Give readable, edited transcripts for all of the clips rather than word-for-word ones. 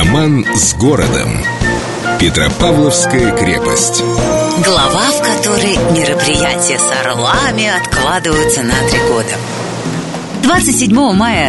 Роман с городом. Петропавловская крепость. Глава, в которой мероприятия с орлами откладываются на 3 года. 27 мая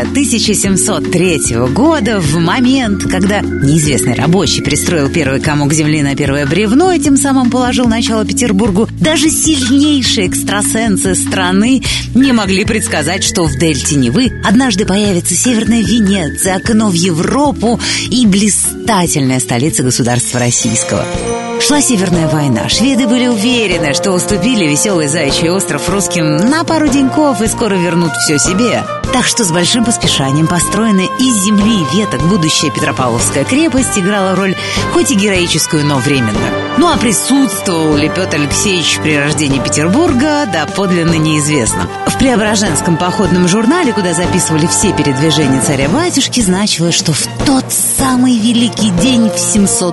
1703 года, в момент, когда неизвестный рабочий пристроил первый комок земли на первое бревно и тем самым положил начало Петербургу, даже сильнейшие экстрасенсы страны не могли предсказать, что в дельте Невы однажды появится Северная Венеция, окно в Европу и блистательная столица государства российского. Шла Северная война. Шведы были уверены, что уступили веселый Заячий остров русским на пару деньков и скоро вернут все себе. Так что с большим поспешанием построенная из земли и веток будущая Петропавловская крепость играла роль хоть и героическую, но временную. Ну а присутствовал ли Петр Алексеевич при рождении Петербурга, доподлинно неизвестно. В Преображенском походном журнале, куда записывали все передвижения царя-батюшки, значилось, что в тот самый великий день в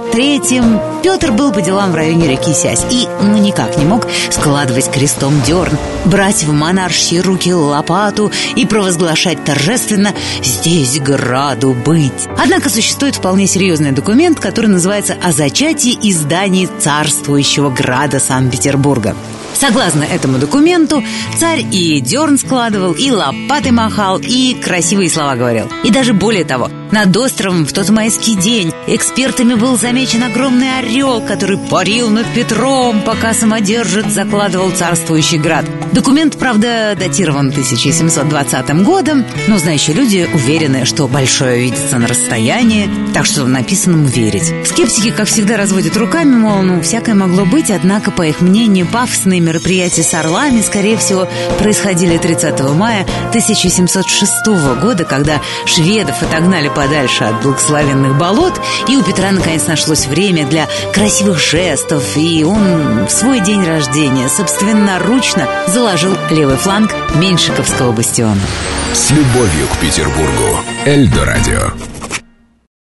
703-м Петр был по делам в районе реки Сясь и никак не мог складывать крестом дерн, брать в монаршьи руки лопату и провозглашать торжественно «здесь граду быть». Однако существует вполне серьезный документ, который называется «О зачатии и здании царствующего града Санкт-Петербурга». Согласно этому документу, царь и дерн складывал, и лопатой махал, и красивые слова говорил. И даже более того, над островом в тот майский день экспертами был замечен огромный орел, который парил над Петром, пока самодержец закладывал царствующий град. Документ, правда, датирован 1720 годом, но знающие люди уверены, что большое видится на расстоянии, так что написанному верить. Скептики, как всегда, разводят руками, мол, всякое могло быть, однако, по их мнению, пафосные мероприятия с орлами, скорее всего, происходили 30 мая 1706 года, когда шведов отогнали подальше от благословенных болот, и у Петра наконец нашлось время для красивых жестов, и он в свой день рождения собственноручно заложил левый фланг Меньшиковского бастиона. С любовью к Петербургу. Эльдо радио.